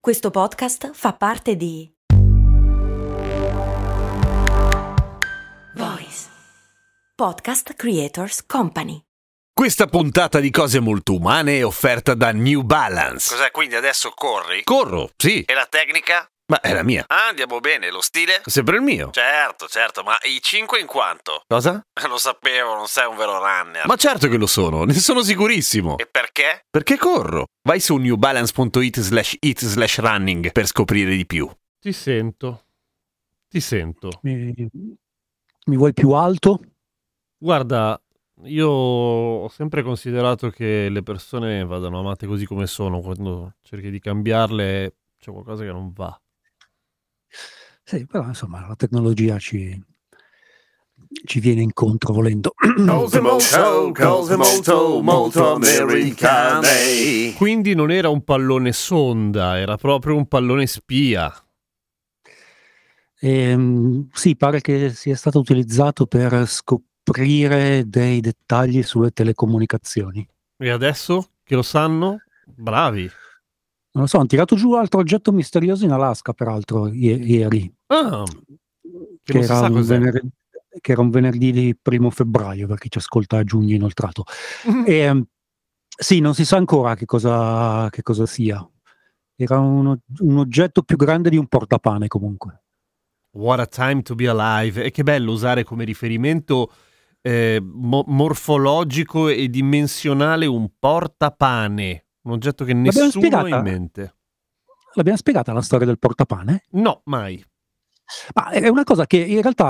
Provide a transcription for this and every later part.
Questo podcast fa parte di Voice Podcast Creators Company. Questa puntata di Cose Molto Umane è offerta da New Balance. Cos'è, quindi adesso corri? Corro, sì. E la tecnica? Ma è la mia. Ah, andiamo bene. Lo stile? Sempre il mio. Certo, ma i 5 in quanto? Cosa? Lo sapevo, non sei un vero runner. Ma certo che lo sono, ne sono sicurissimo. E perché? Perché corro. Vai su newbalance.it/running per scoprire di più. Ti sento. Mi vuoi più alto? Guarda, io ho sempre considerato che le persone vadano amate così come sono. Quando cerchi di cambiarle c'è qualcosa che non va. Sì, però insomma la tecnologia ci viene incontro volendo. Cose molto americane. Quindi non era un pallone sonda, era proprio un pallone spia. Sì, pare che sia stato utilizzato per scoprire dei dettagli sulle telecomunicazioni. E adesso che lo sanno? Bravi. Non lo so, hanno tirato giù altro oggetto misterioso in Alaska, peraltro, ieri. Ah, che non si sa cos'è. Che era un venerdì di 1 febbraio, per chi ci ascolta a giugno inoltrato. Sì, non si sa ancora che cosa sia. Era un oggetto più grande di un portapane, comunque. What a time to be alive. E che bello usare come riferimento morfologico e dimensionale un portapane, un oggetto che nessuno ha in mente. L'abbiamo spiegata la storia del portapane? No, mai. Ma è una cosa che in realtà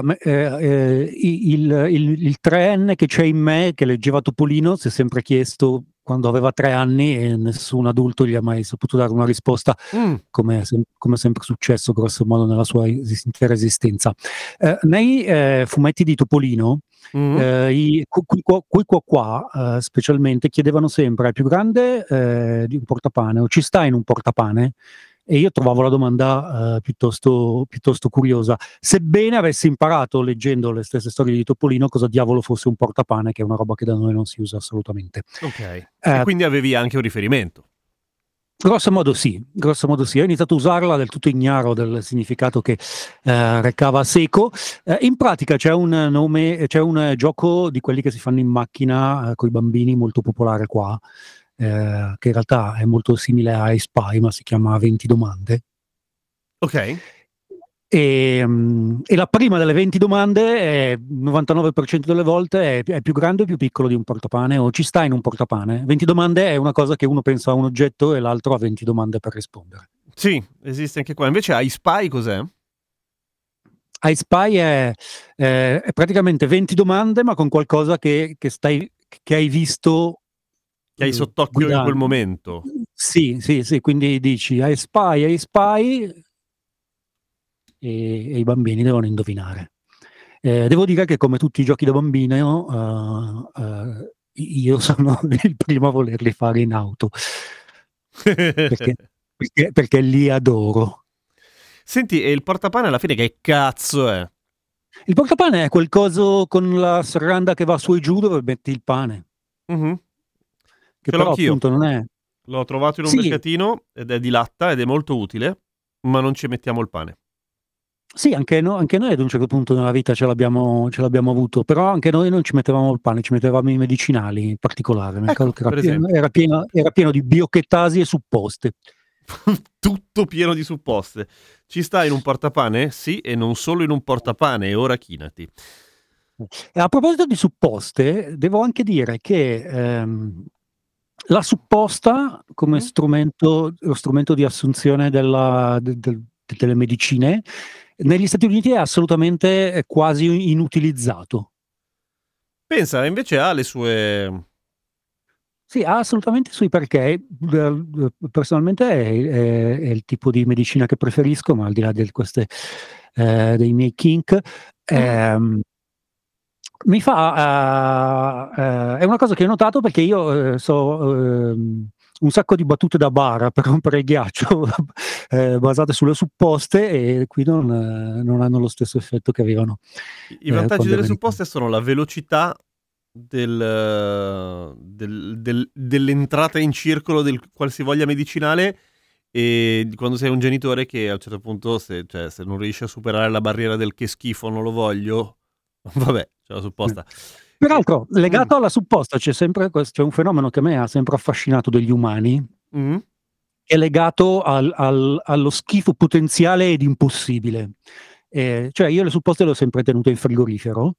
il 3enne che c'è in me, che leggeva Topolino, si è sempre chiesto quando aveva 3 anni e nessun adulto gli ha mai saputo dare una risposta, come è sempre successo grosso modo nella sua intera esistenza. Nei fumetti di Topolino, i qua specialmente chiedevano sempre: è più grande di un portapane o ci sta in un portapane? E io trovavo la domanda piuttosto curiosa, sebbene avessi imparato leggendo le stesse storie di Topolino cosa diavolo fosse un portapane, che è una roba che da noi non si usa assolutamente. Ok, e quindi avevi anche un riferimento. Grosso modo sì, ho iniziato a usarla del tutto ignaro del significato che recava seco. In pratica c'è un gioco di quelli che si fanno in macchina con i bambini, molto popolare qua, che in realtà è molto simile a I Spy, ma si chiama 20 domande. Ok. E la prima delle 20 domande è 99% delle volte è più grande o più piccolo di un portapane o ci sta in un portapane. 20 domande è una cosa che uno pensa a un oggetto e l'altro ha 20 domande per rispondere. Sì, esiste anche qua. Invece I Spy cos'è? I Spy è praticamente 20 domande ma con qualcosa che hai visto, che hai sott'occhio in quel momento. Sì, quindi dici I Spy e i bambini devono indovinare. Devo dire che come tutti i giochi da bambino io sono il primo a volerli fare in auto perché li adoro. Senti, e il portapane alla fine che cazzo è? Il portapane è quel coso con la serranda che va su e giù dove metti il pane. Mm-hmm. Che però appunto non è... L'ho trovato in un mercatino ed è di latta ed è molto utile, ma non ci mettiamo il pane. Sì, anche noi ad un certo punto nella vita ce l'abbiamo avuto, però anche noi non ci mettevamo il pane, ci mettevamo i medicinali in particolare. Ecco, che era pieno di biochettasi e supposte. Tutto pieno di supposte. Ci sta in un portapane? Sì, e non solo in un portapane, e ora chinati. E a proposito di supposte, devo anche dire che la supposta come lo strumento di assunzione delle medicine negli Stati Uniti è assolutamente quasi inutilizzato. Pensa, invece ha le sue... Sì, assolutamente sì, perché personalmente è il tipo di medicina che preferisco, ma al di là dei miei kink, mi fa... è una cosa che ho notato perché io un sacco di battute da bar per rompere il ghiaccio basate sulle supposte e qui non hanno lo stesso effetto che avevano. I vantaggi delle supposte sono la velocità dell'entrata in circolo del qualsivoglia medicinale e quando sei un genitore che a un certo punto se non riesci a superare la barriera del che schifo non lo voglio, vabbè, c'è la supposta. Peraltro, legato alla supposta c'è un fenomeno che a me ha sempre affascinato degli umani, è legato allo schifo potenziale ed impossibile. Cioè io le supposte le ho sempre tenute in frigorifero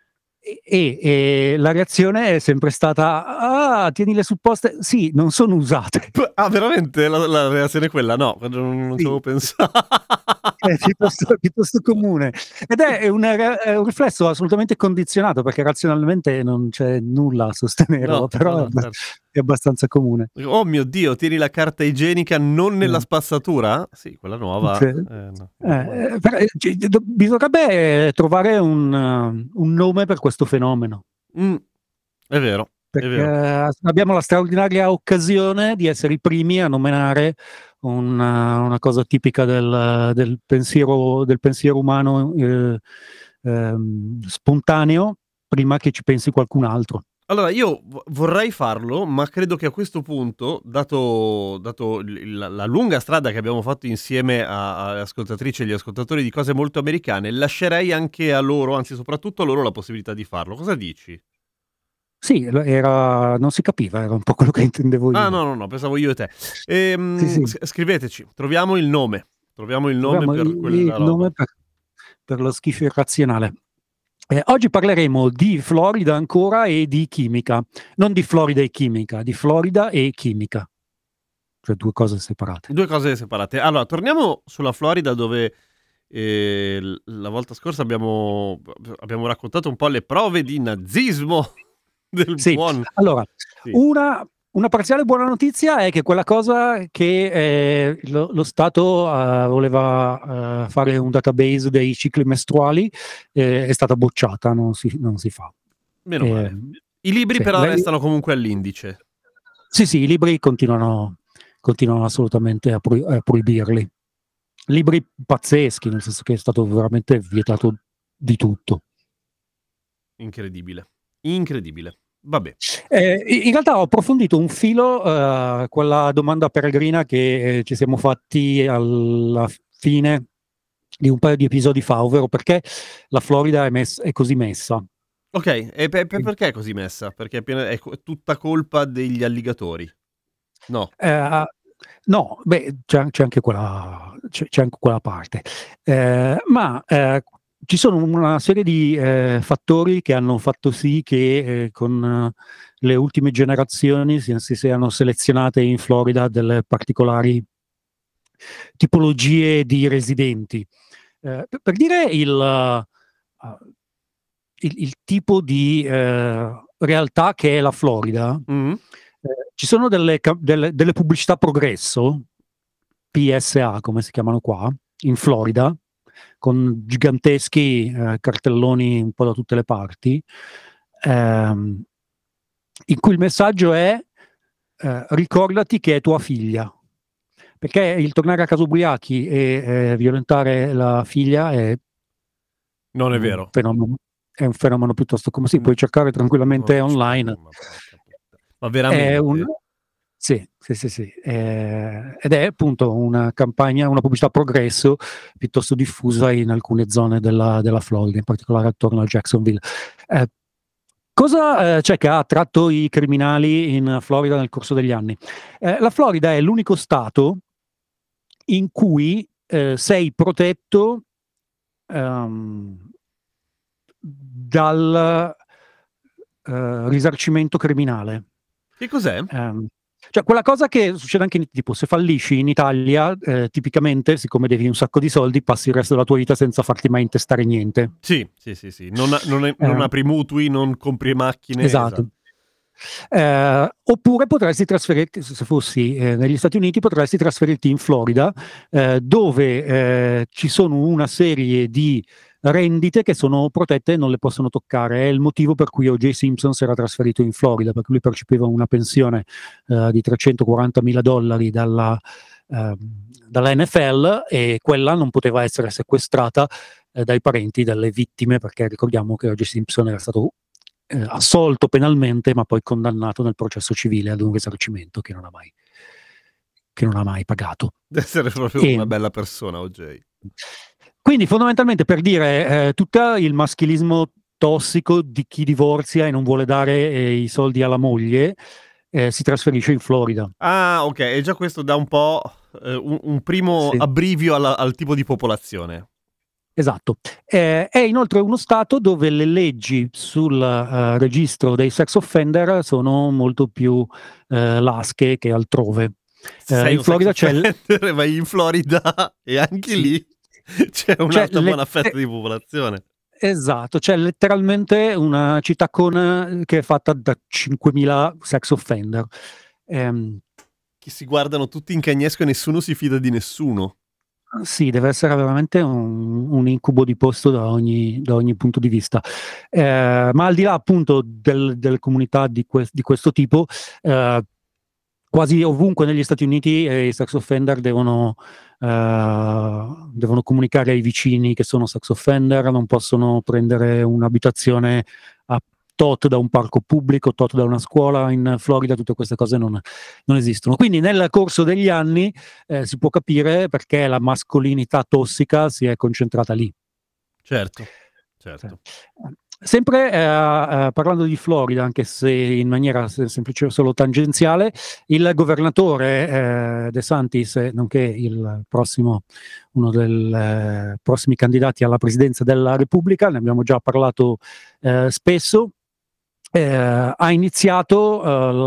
e la reazione è sempre stata: tieni le supposte? Sì, non sono usate. Ah, veramente? La reazione è quella? No, non Sì. ci avevo pensato. È piuttosto comune. Ed è un riflesso assolutamente condizionato, perché razionalmente non c'è nulla a sostenerlo, No, però no, certo. è abbastanza comune. Oh mio Dio, tieni la carta igienica non nella spazzatura? Sì, quella nuova. Sì. No. Bisognerebbe trovare un nome per questo fenomeno. È vero. Perché abbiamo la straordinaria occasione di essere i primi a nominare una cosa tipica del pensiero umano spontaneo, prima che ci pensi qualcun altro. Allora, io vorrei farlo, ma credo che a questo punto, dato la lunga strada che abbiamo fatto insieme alle ascoltatrici e agli ascoltatori di Cose Molto Americane, lascerei anche a loro, anzi soprattutto a loro, la possibilità di farlo. Cosa dici? Sì, non si capiva, era un po' quello che intendevo io. Ah, no, pensavo io e te. Sì. Scriveteci, troviamo il nome. Troviamo il nome per quella roba. Nome per lo schifo irrazionale. Oggi parleremo di Florida ancora e di chimica. Non di Florida e chimica, di Florida e chimica. Cioè due cose separate. Due cose separate. Allora, torniamo sulla Florida, dove la volta scorsa abbiamo raccontato un po' le prove di nazismo del buon. Allora, sì. Una parziale buona notizia è che quella cosa che lo Stato voleva fare un database dei cicli mestruali è stata bocciata, non si fa. Meno male. I libri però restano comunque all'indice. Sì, i libri continuano assolutamente a proibirli. Libri pazzeschi, nel senso che è stato veramente vietato di tutto. Incredibile. Vabbè. In realtà ho approfondito un filo quella domanda peregrina che ci siamo fatti alla fine di un paio di episodi fa, ovvero perché la Florida è così messa. Ok, e perché è così messa? Perché è tutta colpa degli alligatori? No. No, beh, c'è anche quella parte. Ma ci sono una serie di fattori che hanno fatto sì che con le ultime generazioni si siano selezionate in Florida delle particolari tipologie di residenti. Per dire il tipo di realtà che è la Florida, ci sono delle pubblicità progresso, PSA come si chiamano qua, in Florida, con giganteschi cartelloni un po' da tutte le parti, in cui il messaggio è ricordati che è tua figlia, perché il tornare a casa ubriachi e violentare la figlia non è vero. È un fenomeno piuttosto come si puoi cercare tranquillamente online. Ma veramente? Sì. Ed è appunto una campagna, una pubblicità progresso piuttosto diffusa in alcune zone della Florida, in particolare attorno a Jacksonville. Cosa c'è che ha attratto i criminali in Florida nel corso degli anni? La Florida è l'unico stato in cui sei protetto dal risarcimento criminale. Che cos'è? Cioè quella cosa che succede anche tipo se fallisci in Italia, tipicamente, siccome devi un sacco di soldi, passi il resto della tua vita senza farti mai intestare niente. Sì. Non apri mutui, non compri macchine. Esatto. Oppure potresti trasferirti, se fossi negli Stati Uniti, potresti trasferirti in Florida, dove ci sono una serie di rendite che sono protette e non le possono toccare. È il motivo per cui O.J. Simpson si era trasferito in Florida, perché lui percepiva una pensione di $340,000 dalla NFL, e quella non poteva essere sequestrata dai parenti delle vittime, perché ricordiamo che O.J. Simpson era stato assolto penalmente, ma poi condannato nel processo civile ad un risarcimento che non ha mai che non ha mai pagato. Deve essere proprio una bella persona, OJ. Quindi fondamentalmente, per dire, tutto il maschilismo tossico di chi divorzia e non vuole dare i soldi alla moglie si trasferisce in Florida. Ah, ok, e già questo dà un po' un primo abbrivio al tipo di popolazione. Esatto. È inoltre uno stato dove le leggi sul registro dei sex offender sono molto più lasche che altrove. In Florida vai in Florida e anche lì c'è un'altra buona fetta di popolazione. Esatto, c'è letteralmente una città che è fatta da 5.000 sex offender. Che si guardano tutti in cagnesco e nessuno si fida di nessuno. Sì, deve essere veramente un incubo di posto da ogni punto di vista. Ma al di là appunto delle comunità di questo tipo, quasi ovunque negli Stati Uniti i sex offender devono comunicare ai vicini che sono sex offender, non possono prendere un'abitazione a tot da un parco pubblico, tot da una scuola. In Florida tutte queste cose non esistono. Quindi nel corso degli anni si può capire perché la mascolinità tossica si è concentrata lì. Certo. Sempre parlando di Florida, anche se in maniera semplice, solo tangenziale, il governatore DeSantis, nonché uno dei prossimi candidati alla presidenza della Repubblica, ne abbiamo già parlato spesso, ha iniziato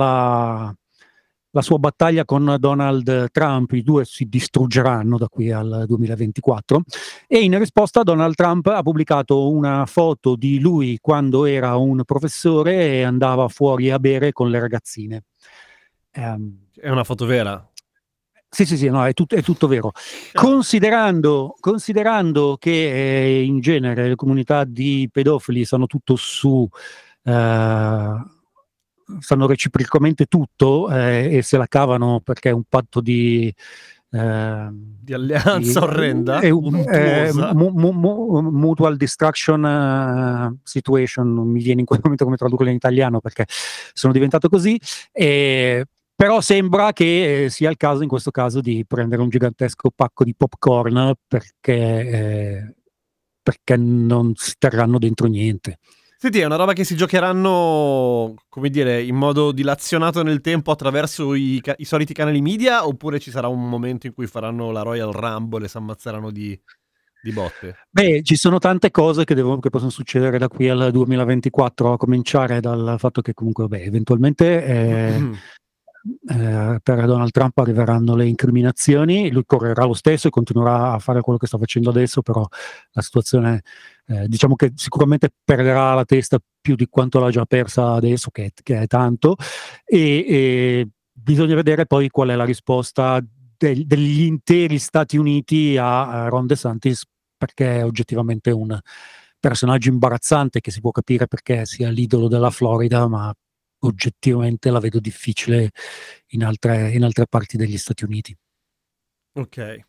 la sua battaglia con Donald Trump. I due si distruggeranno da qui al 2024, e in risposta Donald Trump ha pubblicato una foto di lui quando era un professore e andava fuori a bere con le ragazzine. È una foto vera? Sì, no, è tutto vero. Considerando che in genere le comunità di pedofili sanno tutto sanno reciprocamente tutto e se la cavano perché è un patto di alleanza orrenda, mutual destruction situation, non mi viene in quel momento come tradurlo in italiano perché sono diventato così, però sembra che sia il caso in questo caso di prendere un gigantesco pacco di popcorn perché non si terranno dentro niente. Senti, è una roba che si giocheranno, come dire, in modo dilazionato nel tempo attraverso i soliti canali media, oppure ci sarà un momento in cui faranno la Royal Rumble e si ammazzeranno di botte? Beh, ci sono tante cose che possono succedere da qui al 2024, a cominciare dal fatto che comunque, eventualmente per Donald Trump arriveranno le incriminazioni, lui correrà lo stesso e continuerà a fare quello che sta facendo adesso, però la situazione diciamo che sicuramente perderà la testa più di quanto l'ha già persa adesso, che è tanto, e bisogna vedere poi qual è la risposta degli interi Stati Uniti a Ron DeSantis, perché è oggettivamente un personaggio imbarazzante che si può capire perché sia l'idolo della Florida, ma oggettivamente la vedo difficile in altre parti degli Stati Uniti. Ok.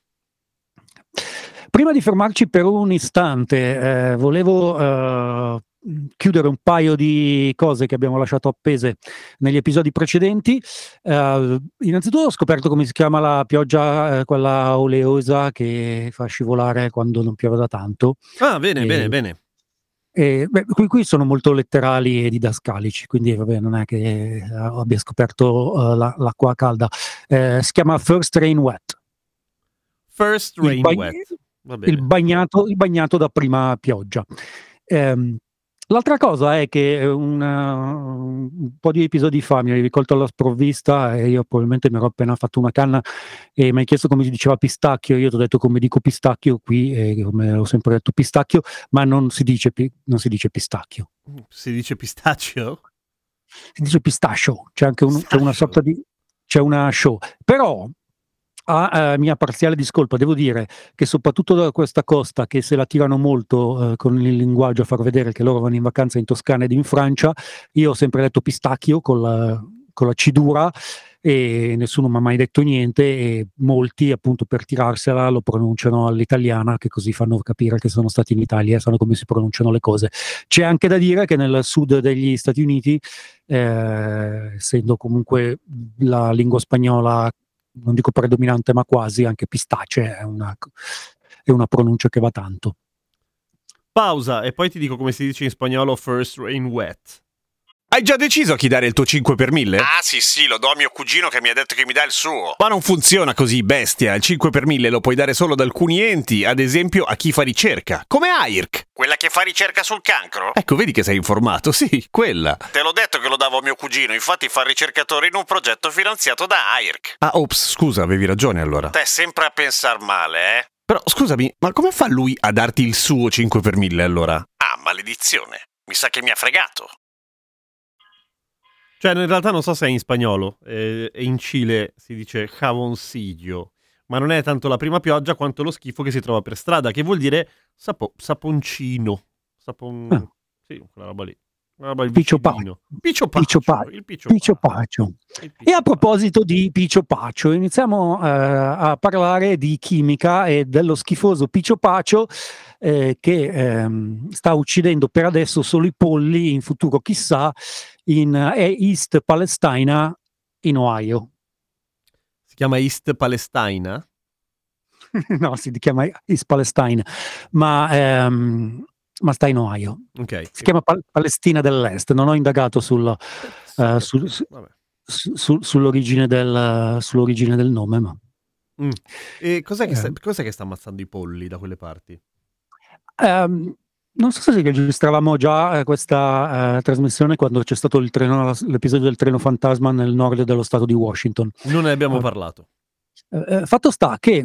Prima di fermarci per un istante, volevo chiudere un paio di cose che abbiamo lasciato appese negli episodi precedenti. Innanzitutto ho scoperto come si chiama la pioggia, quella oleosa che fa scivolare quando non piove da tanto. Ah, bene. Qui sono molto letterali e didascalici, quindi non è che abbia scoperto l'acqua calda. Si chiama First Rain Wet. First Rain Wet. Il bagnato da prima pioggia. L'altra cosa è che un po' di episodi fa mi avevi colto alla sprovvista e io probabilmente mi ero appena fatto una canna e mi hai chiesto come si diceva pistacchio. Io ti ho detto come dico pistacchio qui, come ho sempre detto pistacchio, ma non si dice pistacchio. Si dice pistacchio? Si dice pistaccio, c'è una sorta di... c'è una show. Però a mia parziale discolpa devo dire che soprattutto da questa costa, che se la tirano molto con il linguaggio a far vedere che loro vanno in vacanza in Toscana ed in Francia, io ho sempre detto pistacchio con la C dura e nessuno mi ha mai detto niente, e molti appunto per tirarsela lo pronunciano all'italiana, che così fanno capire che sono stati in Italia e sanno come si pronunciano le cose. C'è anche da dire che nel sud degli Stati Uniti, essendo comunque la lingua spagnola non dico predominante, ma quasi, anche pistace è una pronuncia che va tanto. Pausa e poi ti dico come si dice in spagnolo first rain wet. Hai già deciso a chi dare il tuo 5 per 1000? Ah sì, lo do a mio cugino che mi ha detto che mi dà il suo. Ma non funziona così, bestia. Il 5 per 1000 lo puoi dare solo ad alcuni enti, ad esempio a chi fa ricerca, come AIRC. Quella che fa ricerca sul cancro? Ecco, vedi che sei informato, sì, quella. Te l'ho detto che lo davo a mio cugino, infatti fa ricercatore in un progetto finanziato da AIRC. Ah, ops, scusa, avevi ragione allora. Te sempre a pensar male, eh? Però scusami, ma come fa lui a darti il suo 5 per 1000 allora? Ah, maledizione. Mi sa che mi ha fregato. Cioè, in realtà non so se è in spagnolo, e in Cile si dice jaboncillo, ma non è tanto la prima pioggia quanto lo schifo che si trova per strada, che vuol dire saponcino. Sì, quella roba lì. Il Picciopaccio. Il Picciopaccio. E a proposito di Picciopaccio, iniziamo a parlare di chimica e dello schifoso Picciopaccio che sta uccidendo per adesso solo i polli, in futuro chissà, in East Palestina in Ohio. Si chiama East Palestina? No, si chiama East Palestine, ma sta in Ohio. Okay. Si chiama Palestina dell'Est. Non ho indagato sull'origine del nome, ma... E cos'è che sta ammazzando i polli da quelle parti? Non so se registravamo già questa trasmissione quando c'è stato l'episodio del treno fantasma nel nord dello stato di Washington. Non ne abbiamo parlato. Fatto sta che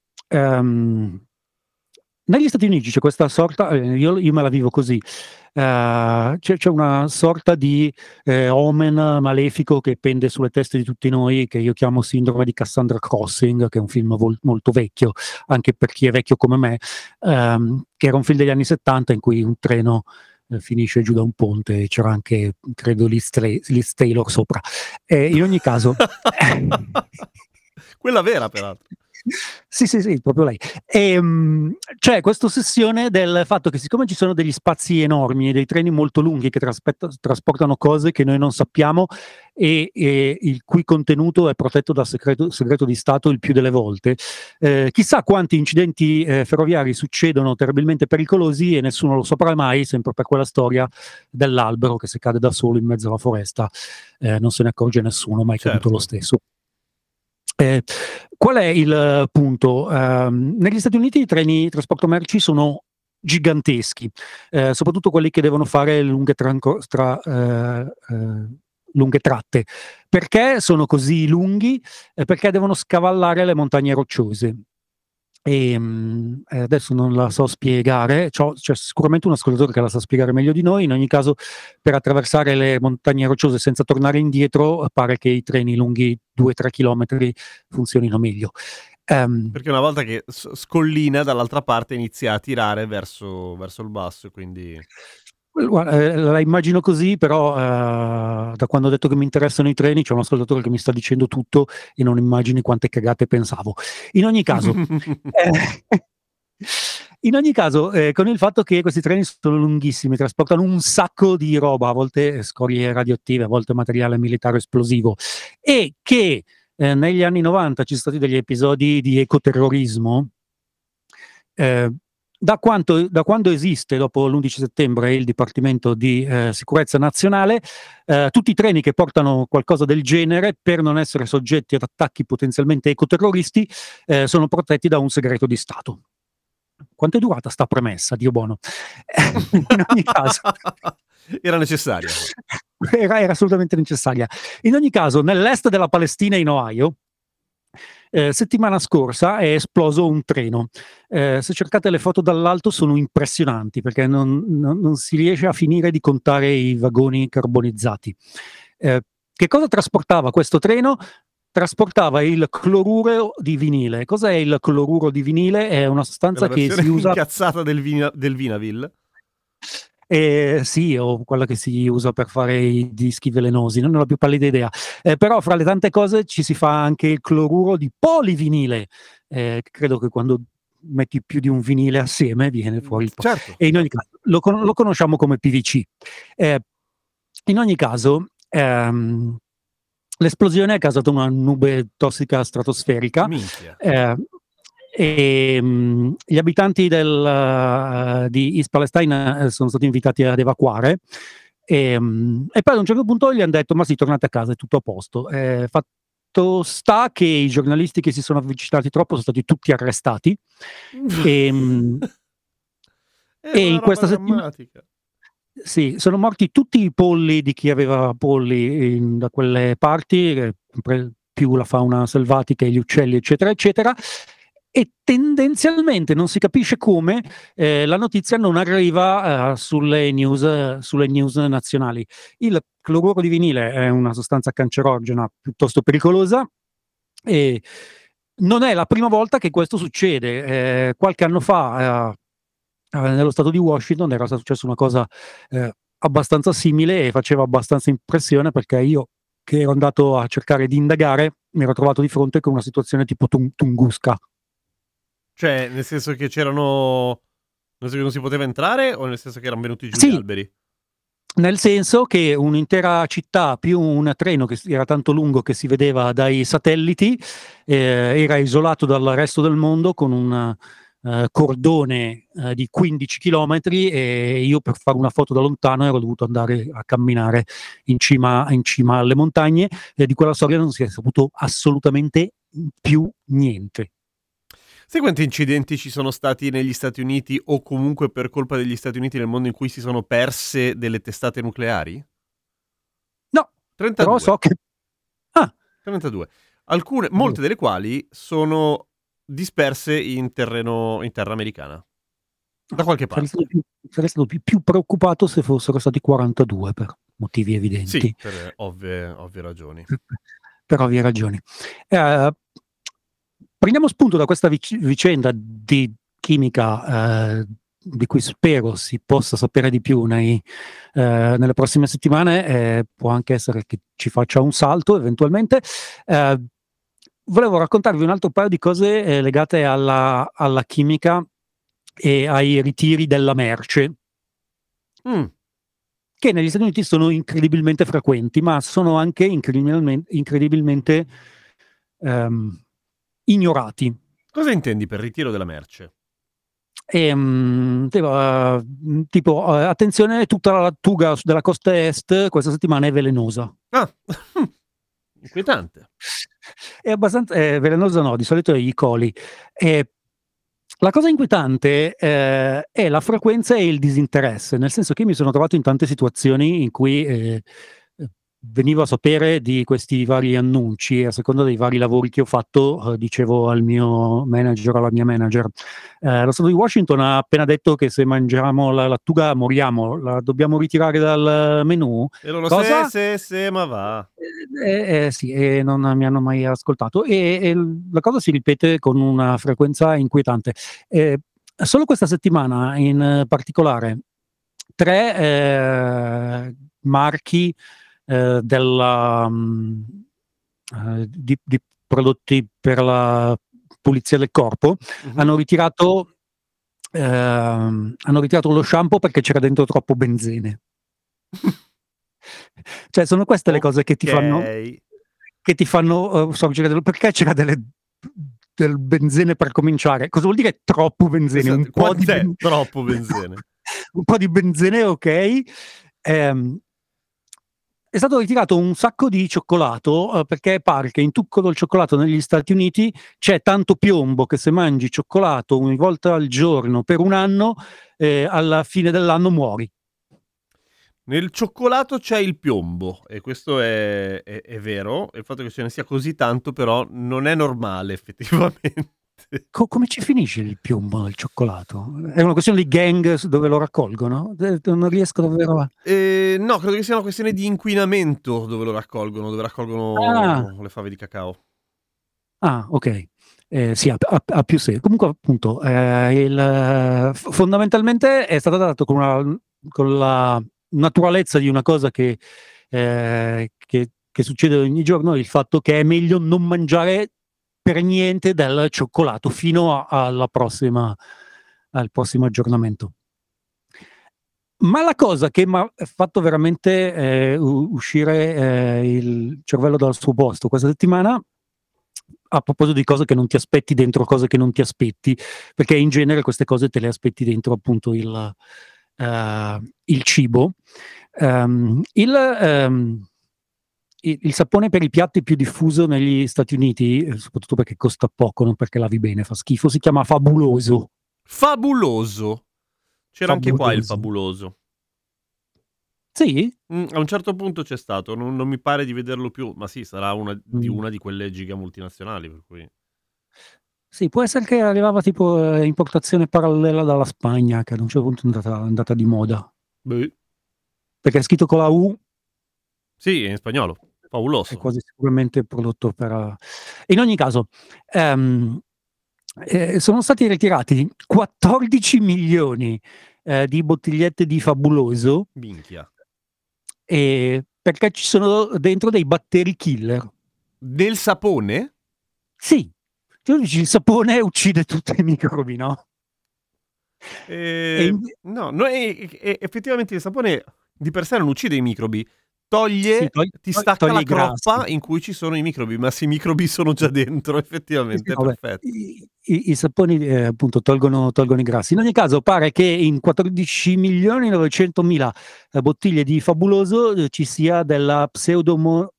negli Stati Uniti c'è questa sorta, io me la vivo così, c'è una sorta di omen malefico che pende sulle teste di tutti noi, che io chiamo Sindrome di Cassandra Crossing, che è un film molto vecchio, anche per chi è vecchio come me, che era un film degli anni 70 in cui un treno finisce giù da un ponte e c'era anche, credo, Liz Taylor sopra. In ogni caso... Quella vera, peraltro. Sì, proprio lei. C'è questa ossessione del fatto che siccome ci sono degli spazi enormi e dei treni molto lunghi che trasportano cose che noi non sappiamo e il cui contenuto è protetto da segreto di Stato il più delle volte, chissà quanti incidenti ferroviari succedono terribilmente pericolosi e nessuno lo saprà mai, sempre per quella storia dell'albero che se cade da solo in mezzo alla foresta non se ne accorge nessuno, ma è caduto lo stesso. Qual è il punto? Negli Stati Uniti i treni di trasporto merci sono giganteschi, soprattutto quelli che devono fare lunghe tratte. Perché sono così lunghi? Perché devono scavallare le montagne rocciose. Adesso non la so spiegare, c'è sicuramente un ascoltatore che la sa spiegare meglio di noi. In ogni caso, per attraversare le montagne rocciose senza tornare indietro pare che i treni lunghi 2-3 chilometri funzionino meglio, perché una volta che scollina dall'altra parte inizia a tirare verso il basso, quindi... Guarda, la immagino così, però da quando ho detto che mi interessano i treni c'è un ascoltatore che mi sta dicendo tutto e non immagini quante cagate pensavo. In ogni caso, con il fatto che questi treni sono lunghissimi, trasportano un sacco di roba, a volte scorie radioattive, a volte materiale militare esplosivo, e che negli anni 90 ci sono stati degli episodi di ecoterrorismo. Da quando esiste, dopo l'11 settembre, il Dipartimento di Sicurezza Nazionale, tutti i treni che portano qualcosa del genere, per non essere soggetti ad attacchi potenzialmente ecoterroristi, sono protetti da un segreto di Stato. Quanto è durata sta premessa, Dio buono? In ogni caso... Era necessaria. Era assolutamente necessaria. In ogni caso, nell'est della Palestina, in Ohio, settimana scorsa è esploso un treno. Se cercate le foto dall'alto sono impressionanti, perché non si riesce a finire di contare i vagoni carbonizzati. Che cosa trasportava questo treno? Trasportava il cloruro di vinile. Cos'è il cloruro di vinile? È una sostanza che si usa... incazzata del Vinavil? Sì, o quella che si usa per fare i dischi velenosi, non ho la più pallida idea. Però fra le tante cose ci si fa anche il cloruro di polivinile. Credo che quando metti più di un vinile assieme viene fuori il certo. E in ogni caso lo conosciamo come PVC. In ogni caso l'esplosione ha causato una nube tossica stratosferica. Minchia. Gli abitanti di East Palestine sono stati invitati ad evacuare e poi ad un certo punto gli hanno detto: ma sì, tornate a casa, è tutto a posto. Fatto sta che i giornalisti che si sono avvicinati troppo sono stati tutti arrestati e in questa settimana sì, sono morti tutti i polli di chi aveva polli da quelle parti, più la fauna selvatica e gli uccelli, eccetera, eccetera. E tendenzialmente non si capisce come la notizia non arriva sulle news nazionali. Il cloruro di vinile è una sostanza cancerogena piuttosto pericolosa e non è la prima volta che questo succede. Qualche anno fa nello stato di Washington era successa una cosa abbastanza simile e faceva abbastanza impressione, perché io, che ero andato a cercare di indagare, mi ero trovato di fronte con una situazione tipo Tunguska. Cioè, nel senso che c'erano... nel senso che non si poteva entrare, o nel senso che erano venuti giù Sì, gli alberi? nel senso che un'intera città più un treno che era tanto lungo che si vedeva dai satelliti era isolato dal resto del mondo con un cordone di 15 chilometri, e io, per fare una foto da lontano, ero dovuto andare a camminare in cima alle montagne, e di quella storia non si è saputo assolutamente più niente. Sai quanti incidenti ci sono stati negli Stati Uniti, o comunque per colpa degli Stati Uniti, nel mondo in cui si sono perse delle testate nucleari? No, 32. però so che... 32. Molte delle quali sono disperse in terra americana. Da qualche parte. Sarei stato più preoccupato se fossero stati 42, per motivi evidenti. Sì, per ovvie ragioni. Per ovvie ragioni. Prendiamo spunto da questa vicenda di chimica di cui spero si possa sapere di più nelle prossime settimane. Può anche essere che ci faccia un salto eventualmente. Volevo raccontarvi un altro paio di cose legate alla chimica e ai ritiri della merce, che negli Stati Uniti sono incredibilmente frequenti, ma sono anche incredibilmente ignorati. Cosa intendi per ritiro della merce? Tipo, attenzione, tutta la lattuga della costa est questa settimana è velenosa. Inquietante. È abbastanza velenosa, no, di solito è E. coli. La cosa inquietante è la frequenza e il disinteresse, nel senso che mi sono trovato in tante situazioni in cui venivo a sapere di questi vari annunci, e a seconda dei vari lavori che ho fatto dicevo al mio manager, alla mia manager: lo Stato di Washington ha appena detto che se mangiamo la lattuga moriamo, la dobbiamo ritirare dal menù. E loro cosa? Se, ma va. Sì, e non mi hanno mai ascoltato, e la cosa si ripete con una frequenza inquietante. Solo questa settimana in particolare 3 marchi di prodotti per la pulizia del corpo hanno ritirato lo shampoo perché c'era dentro troppo benzene. Cioè, sono queste le cose che ti fanno sorgere perché c'era del benzene per cominciare. Cosa vuol dire troppo benzene? Esatto. Troppo benzene? Un po' di benzene, ok. È stato ritirato un sacco di cioccolato perché pare che in tutto il cioccolato negli Stati Uniti c'è tanto piombo che se mangi cioccolato una volta al giorno per un anno, alla fine dell'anno muori. Nel cioccolato c'è il piombo, e questo è vero. Il fatto che ce ne sia così tanto però non è normale, effettivamente. Come ci finisce il piombo nel cioccolato? È una questione di gang dove lo raccolgono? Non riesco davvero a... No, credo che sia una questione di inquinamento dove lo raccolgono, le fave di cacao. Ah, ok. Sì, ha più senso. Comunque, appunto, fondamentalmente è stato dato con la naturalezza di una cosa che succede ogni giorno, il fatto che è meglio non mangiare per niente del cioccolato fino al prossimo aggiornamento. Ma la cosa che m'ha fatto veramente uscire il cervello dal suo posto questa settimana, a proposito di cose che non ti aspetti dentro cose che non ti aspetti, perché in genere queste cose te le aspetti dentro appunto il cibo. Il sapone per i piatti più diffuso negli Stati Uniti, soprattutto perché costa poco, non perché lavi bene, fa schifo, si chiama Fabuloso. Fabuloso. C'era anche qua il Fabuloso. Fabuloso. Sì? A un certo punto c'è stato, non mi pare di vederlo più, ma sì, sarà una di quelle giga multinazionali, per cui... Sì, può essere che arrivava tipo importazione parallela dalla Spagna, che ad un certo punto è andata di moda. Beh, Perché è scritto con la U, sì, in spagnolo. è Fabuloso. quasi sicuramente prodotto per... In ogni caso, sono stati ritirati 14 milioni di bottigliette di Fabuloso Minchia. perché ci sono dentro dei batteri killer. Del sapone? Sì, tu dici il sapone uccide tutti i microbi, no? No, effettivamente il sapone di per sé non uccide i microbi, Sì, ti stacca toglie la i grassi. croppa in cui ci sono i microbi, ma se i microbi sono già dentro, effettivamente, Vabbè, perfetto. i saponi appunto tolgono i grassi. In ogni caso pare che in 14.900.000 bottiglie di Fabuloso ci sia della Pseudomonas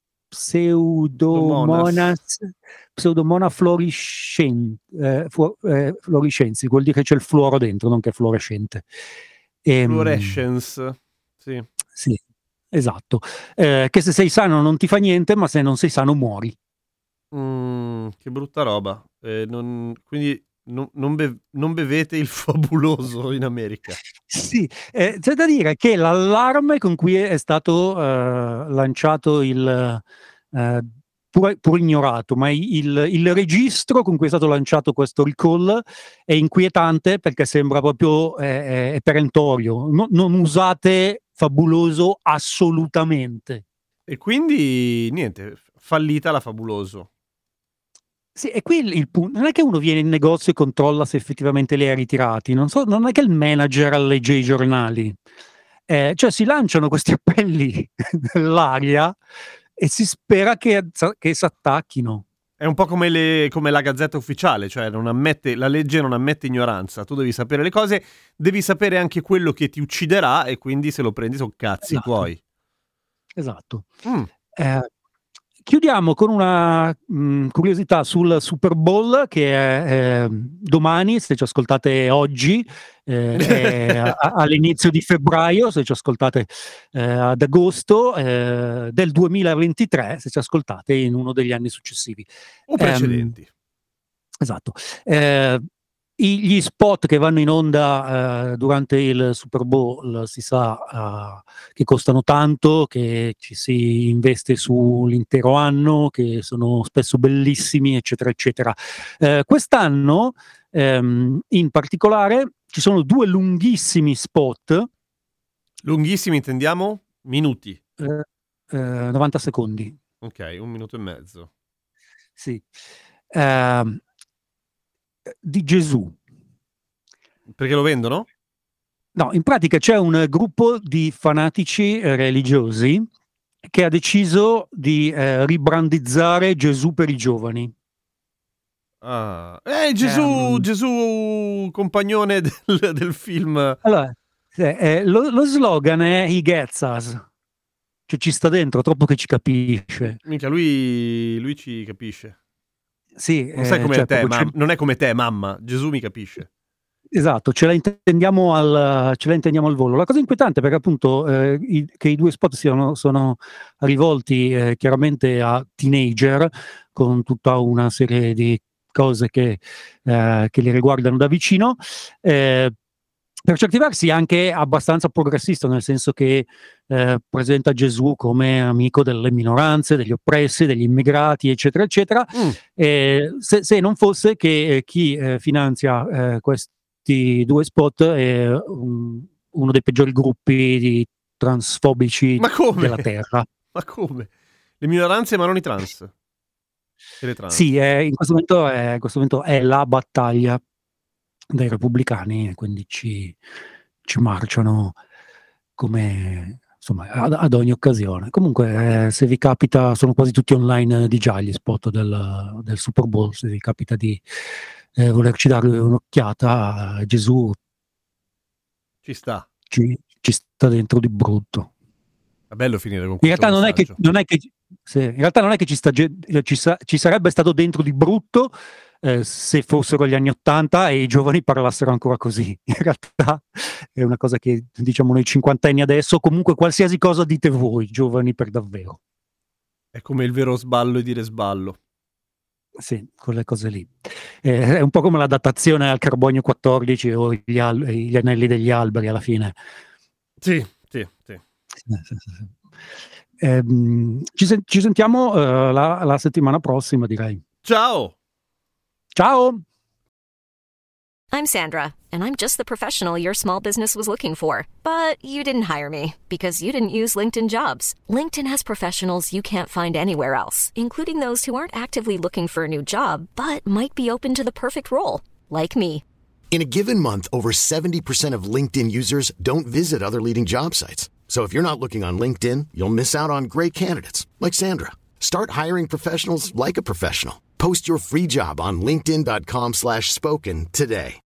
fluorescensi, vuol dire che c'è il fluoro dentro, non che è fluorescente. Fluorescence, sì. Sì, esatto. Che se sei sano non ti fa niente, ma se non sei sano muori. Che brutta roba. Quindi non bevete il Fabuloso in America. Sì, c'è da dire che l'allarme con cui è stato lanciato pur ignorato, ma il registro con cui è stato lanciato questo recall è inquietante perché sembra proprio è perentorio. Non usate Fabuloso assolutamente. E quindi, niente, fallita la Fabuloso. Sì, e qui il punto non è che uno viene in negozio e controlla se effettivamente li ha ritirati, non è che il manager legge i giornali. Cioè si lanciano questi appelli nell'aria e si spera che s'attacchino. È un po' come la Gazzetta Ufficiale, cioè la legge non ammette ignoranza. Tu devi sapere le cose, devi sapere anche quello che ti ucciderà e quindi se lo prendi sono cazzi tuoi. Esatto. Chiudiamo con una curiosità sul Super Bowl che è domani, se ci ascoltate oggi, all'inizio di febbraio, se ci ascoltate ad agosto del 2023, se ci ascoltate in uno degli anni successivi. O precedenti. Esatto. Gli spot che vanno in onda durante il Super Bowl si sa che costano tanto, che ci si investe sull'intero anno, che sono spesso bellissimi, eccetera, eccetera. Quest'anno, in particolare, ci sono 2 lunghissimi spot. Lunghissimi intendiamo? Minuti. 90 secondi. Ok, 1 minuto e mezzo. Sì. Di Gesù. Perché lo vendono? No, in pratica c'è un gruppo di fanatici religiosi che ha deciso di ribrandizzare Gesù per i giovani. Gesù compagnone del film. Allora, lo slogan è He gets us, cioè ci sta dentro, troppo che ci capisce. Minchia, lui ci capisce. Sì, non sai come te, non è come te, mamma. Gesù mi capisce. Esatto, ce la intendiamo al volo. La cosa inquietante perché appunto che i 2 spot sono rivolti chiaramente a teenager con tutta una serie di cose che li riguardano da vicino. Per certi versi anche abbastanza progressista, nel senso che presenta Gesù come amico delle minoranze, degli oppressi, degli immigrati, eccetera, eccetera. Se non fosse che chi finanzia questi 2 spot è uno dei peggiori gruppi di transfobici della Terra. Ma come? Le minoranze ma non i trans? E le trans? Sì, in questo momento è la battaglia dei repubblicani, quindi ci marciano come insomma ad ogni occasione. Comunque se vi capita, sono quasi tutti online di già gli spot del Super Bowl, se vi capita di volerci dare un'occhiata, Gesù ci sta dentro di brutto. È bello finire con in realtà non è che in realtà non è che ci sarebbe stato dentro di brutto se fossero gli anni '80 e i giovani parlassero ancora così. In realtà è una cosa che diciamo noi cinquantenni adesso, comunque qualsiasi cosa dite voi, giovani per davvero. È come il vero sballo e dire sballo. Sì, quelle cose lì. È un po' come la datazione al carbonio 14 o gli anelli degli alberi alla fine. Sì. Ci sentiamo la settimana prossima, direi. Ciao! I'm Sandra, and I'm just the professional your small business was looking for. But you didn't hire me because you didn't use LinkedIn Jobs. LinkedIn has professionals you can't find anywhere else, including those who aren't actively looking for a new job, but might be open to the perfect role, like me. In a given month, over 70% of LinkedIn users don't visit other leading job sites. So if you're not looking on LinkedIn, you'll miss out on great candidates like Sandra. Start hiring professionals like a professional. Post your free job on linkedin.com/spoken today.